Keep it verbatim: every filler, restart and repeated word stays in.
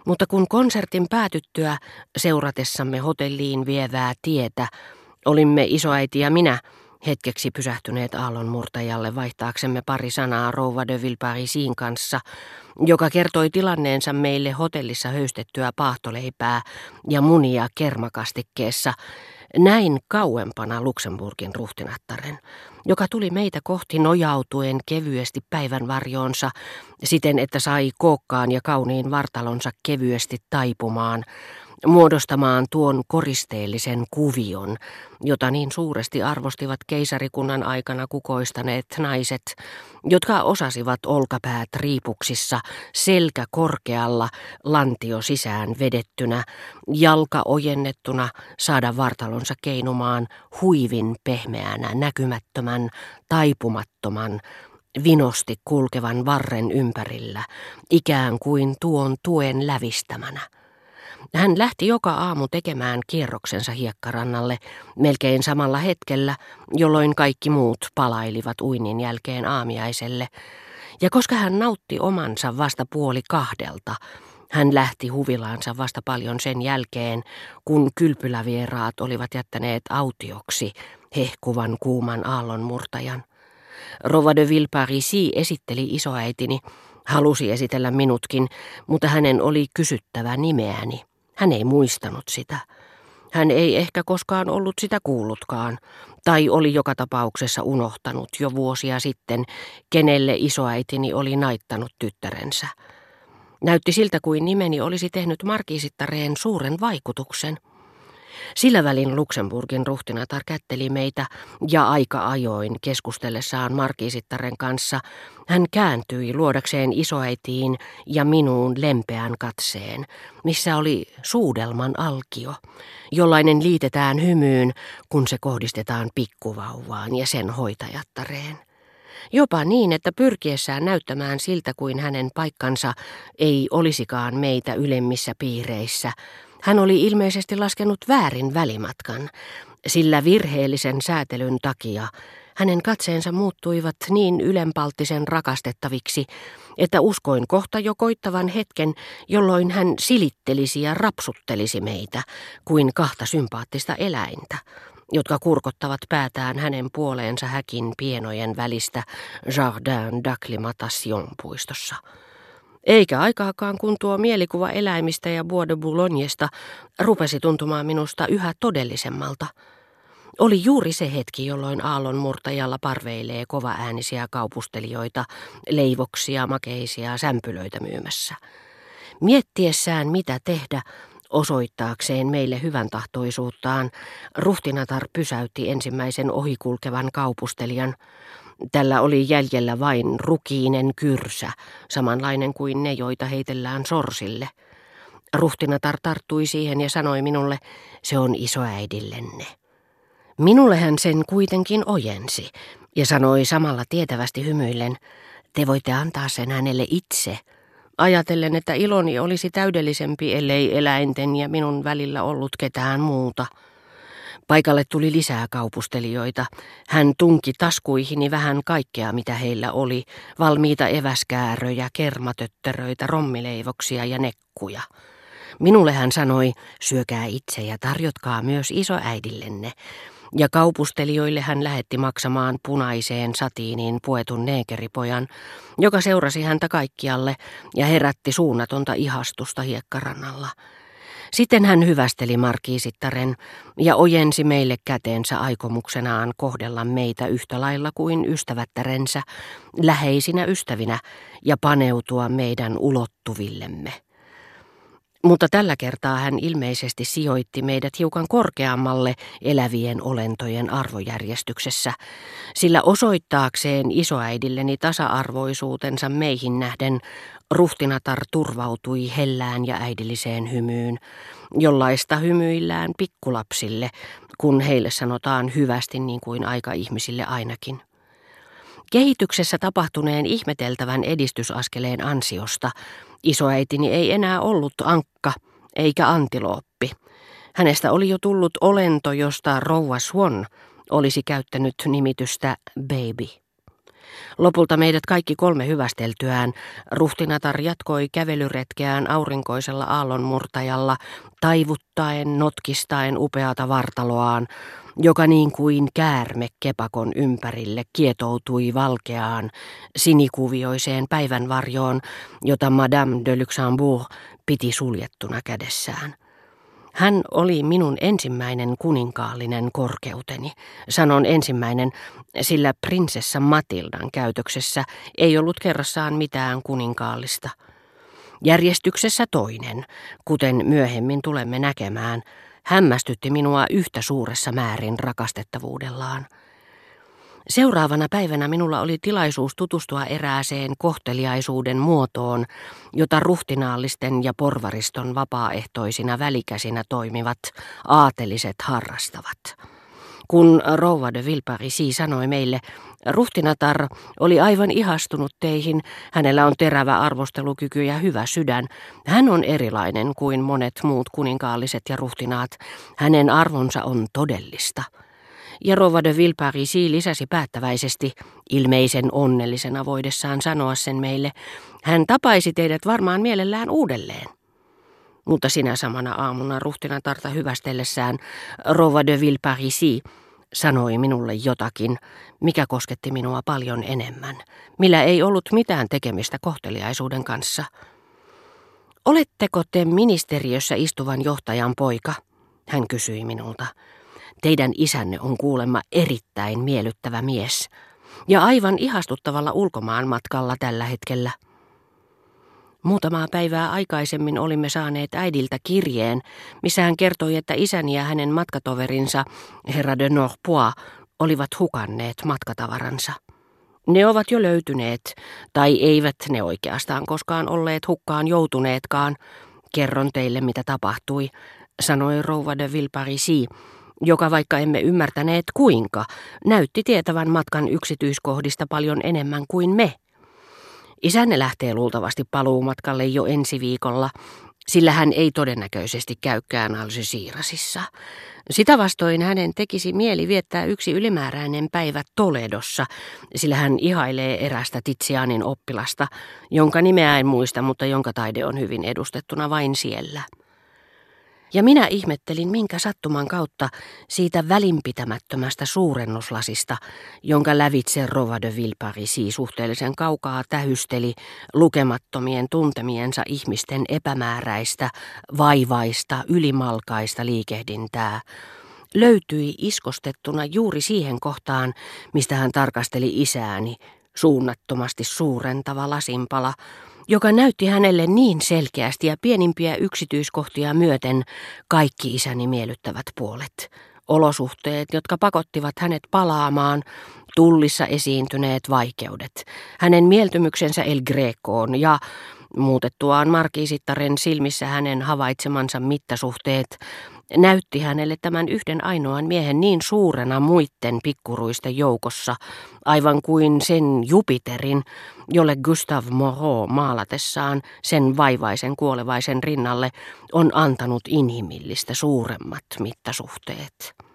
Mutta kun konsertin päätyttyä seuratessamme hotelliin vievää tietä, olimme isoäiti ja minä hetkeksi pysähtyneet aallonmurtajalle vaihtaaksemme pari sanaa rouva de Villeparisin kanssa, joka kertoi tilanneensa meille hotellissa höystettyä paahtoleipää ja munia kermakastikkeessa, näin kauempana Luxemburgin ruhtinattaren, joka tuli meitä kohti nojautuen kevyesti päivän varjoonsa siten, että sai kookkaan ja kauniin vartalonsa kevyesti taipumaan, muodostamaan tuon koristeellisen kuvion, jota niin suuresti arvostivat keisarikunnan aikana kukoistaneet naiset, jotka osasivat olkapäät riipuksissa, selkä korkealla, lantio sisään vedettynä, jalka ojennettuna saada vartalonsa keinumaan huivin pehmeänä, näkymättömän, taipumattoman, vinosti kulkevan varren ympärillä, ikään kuin tuon tuen lävistämänä. Hän lähti joka aamu tekemään kierroksensa hiekkarannalle melkein samalla hetkellä, jolloin kaikki muut palailivat uinnin jälkeen aamiaiselle, ja koska hän nautti omansa vasta puoli kahdelta, hän lähti huvilaansa vasta paljon sen jälkeen, kun kylpylävieraat olivat jättäneet autioksi hehkuvan kuuman aallonmurtajan. Rouva de Villeparisis esitteli isoäitini, halusi esitellä minutkin, mutta hänen oli kysyttävä nimeäni. Hän ei muistanut sitä. Hän ei ehkä koskaan ollut sitä kuullutkaan, tai oli joka tapauksessa unohtanut jo vuosia sitten, kenelle isoäitini oli naittanut tyttärensä. Näytti siltä, kuin nimeni olisi tehnyt markiisittareen suuren vaikutuksen. Sillä välin Luxemburgin ruhtinatar kätteli meitä ja aika ajoin keskustellessaan markiisittaren kanssa hän kääntyi luodakseen isoäitiin ja minuun lempeän katseen, missä oli suudelman alkio, jollainen liitetään hymyyn, kun se kohdistetaan pikkuvauvaan ja sen hoitajattareen. Jopa niin, että pyrkiessään näyttämään siltä kuin hänen paikkansa ei olisikaan meitä ylemmissä piireissä, hän oli ilmeisesti laskenut väärin välimatkan, sillä virheellisen säätelyn takia hänen katseensa muuttuivat niin ylenpalttisen rakastettaviksi, että uskoin kohta jo koittavan hetken, jolloin hän silittelisi ja rapsuttelisi meitä kuin kahta sympaattista eläintä, jotka kurkottavat päätään hänen puoleensa häkin pienojen välistä Jardin d'Acclimatation puistossa. Eikä aikaakaan, kun tuo mielikuva eläimistä ja Bois de Boulognesta rupesi tuntumaan minusta yhä todellisemmalta. Oli juuri se hetki, jolloin aallonmurtajalla parveilee kovaäänisiä kaupustelijoita, leivoksia, makeisia, sämpylöitä myymässä. Miettiessään mitä tehdä, osoittaakseen meille hyvän tahtoisuuttaan, ruhtinatar pysäytti ensimmäisen ohikulkevan kaupustelijan. Tällä oli jäljellä vain rukiinen kyrsä, samanlainen kuin ne, joita heitellään sorsille. Ruhtinatar tarttui siihen ja sanoi minulle, se on isoäidillenne. Minulle hän sen kuitenkin ojensi ja sanoi samalla tietävästi hymyillen, te voitte antaa sen hänelle itse. Ajatellen, että iloni olisi täydellisempi, ellei eläinten ja minun välillä ollut ketään muuta. Paikalle tuli lisää kaupustelijoita. Hän tunki taskuihini vähän kaikkea, mitä heillä oli, valmiita eväskääröjä, kermatöttöröitä, rommileivoksia ja nekkuja. Minulle hän sanoi, syökää itse ja tarjotkaa myös isoäidillenne. Ja kaupustelijoille hän lähetti maksamaan punaiseen satiiniin puetun neekeripojan, joka seurasi häntä kaikkialle ja herätti suunnatonta ihastusta hiekkarannalla. Sitten hän hyvästeli markiisittaren ja ojensi meille käteensä aikomuksenaan kohdella meitä yhtä lailla kuin ystävättärensä, läheisinä ystävinä ja paneutua meidän ulottuvillemme. Mutta tällä kertaa hän ilmeisesti sijoitti meidät hiukan korkeammalle elävien olentojen arvojärjestyksessä, sillä osoittaakseen isoäidilleni tasa-arvoisuutensa meihin nähden ruhtinatar turvautui hellään ja äidilliseen hymyyn, jollaista hymyillään pikkulapsille, kun heille sanotaan hyvästi niin kuin aikaihmisille ainakin. Kehityksessä tapahtuneen ihmeteltävän edistysaskeleen ansiosta isoäitini ei enää ollut ankka eikä antilooppi. Hänestä oli jo tullut olento, josta rouva Swan olisi käyttänyt nimitystä baby. Lopulta meidät kaikki kolme hyvästeltyään, ruhtinatar jatkoi kävelyretkeään aurinkoisella aallonmurtajalla, taivuttaen, notkistaen upeata vartaloaan, joka niin kuin käärme kepakon ympärille kietoutui valkeaan, sinikuvioiseen päivänvarjoon, jota Madame de Luxembourg piti suljettuna kädessään. Hän oli minun ensimmäinen kuninkaallinen korkeuteni. Sanon ensimmäinen, sillä prinsessa Matildan käytöksessä ei ollut kerrassaan mitään kuninkaallista. Järjestyksessä toinen, kuten myöhemmin tulemme näkemään, hämmästytti minua yhtä suuressa määrin rakastettavuudellaan. Seuraavana päivänä minulla oli tilaisuus tutustua erääseen kohteliaisuuden muotoon, jota ruhtinaallisten ja porvariston vapaaehtoisina välikäsinä toimivat aateliset harrastavat. Kun rouva de Villeparisis sanoi meille, ruhtinatar oli aivan ihastunut teihin, hänellä on terävä arvostelukyky ja hyvä sydän, hän on erilainen kuin monet muut kuninkaalliset ja ruhtinaat, hänen arvonsa on todellista. Ja rouva de Villeparisis lisäsi päättäväisesti, ilmeisen onnellisena voidessaan sanoa sen meille, hän tapaisi teidät varmaan mielellään uudelleen. Mutta sinä samana aamuna ruhtinatarta hyvästellessään rouva de Villeparisis sanoi minulle jotakin, mikä kosketti minua paljon enemmän, millä ei ollut mitään tekemistä kohteliaisuuden kanssa. Oletteko te ministeriössä istuvan johtajan poika? Hän kysyi minulta. Teidän isänne on kuulemma erittäin miellyttävä mies ja aivan ihastuttavalla ulkomaanmatkalla tällä hetkellä. Muutamaa päivää aikaisemmin olimme saaneet äidiltä kirjeen, missä hän kertoi, että isäni ja hänen matkatoverinsa, herra de Norpois, olivat hukanneet matkatavaransa. Ne ovat jo löytyneet, tai eivät ne oikeastaan koskaan olleet hukkaan joutuneetkaan. Kerron teille, mitä tapahtui, sanoi rouva de Villeparisis, joka vaikka emme ymmärtäneet kuinka, näytti tietävän matkan yksityiskohdista paljon enemmän kuin me. Isänne lähtee luultavasti paluumatkalle jo ensi viikolla, sillä hän ei todennäköisesti käykään Algecirsissa. Sitä vastoin hänen tekisi mieli viettää yksi ylimääräinen päivä Toledossa, sillä hän ihailee erästä Tizianin oppilasta, jonka nimeä en muista, mutta jonka taide on hyvin edustettuna vain siellä. Ja minä ihmettelin, minkä sattuman kautta siitä välinpitämättömästä suurennuslasista, jonka lävitse rouva de Villeparisis suhteellisen kaukaa tähysteli lukemattomien tuntemiensa ihmisten epämääräistä, vaivaista, ylimalkaista liikehdintää, löytyi iskostettuna juuri siihen kohtaan, mistä hän tarkasteli isääni, suunnattomasti suurentava lasinpala, joka näytti hänelle niin selkeästi ja pienimpiä yksityiskohtia myöten kaikki isäni miellyttävät puolet. Olosuhteet, jotka pakottivat hänet palaamaan, tullissa esiintyneet vaikeudet, hänen mieltymyksensä El Grecoon ja muutettuaan markiisittaren silmissä hänen havaitsemansa mittasuhteet, näytti hänelle tämän yhden ainoan miehen niin suurena muitten pikkuruisten joukossa, aivan kuin sen Jupiterin, jolle Gustave Moreau maalatessaan sen vaivaisen kuolevaisen rinnalle on antanut inhimillistä suuremmat mittasuhteet.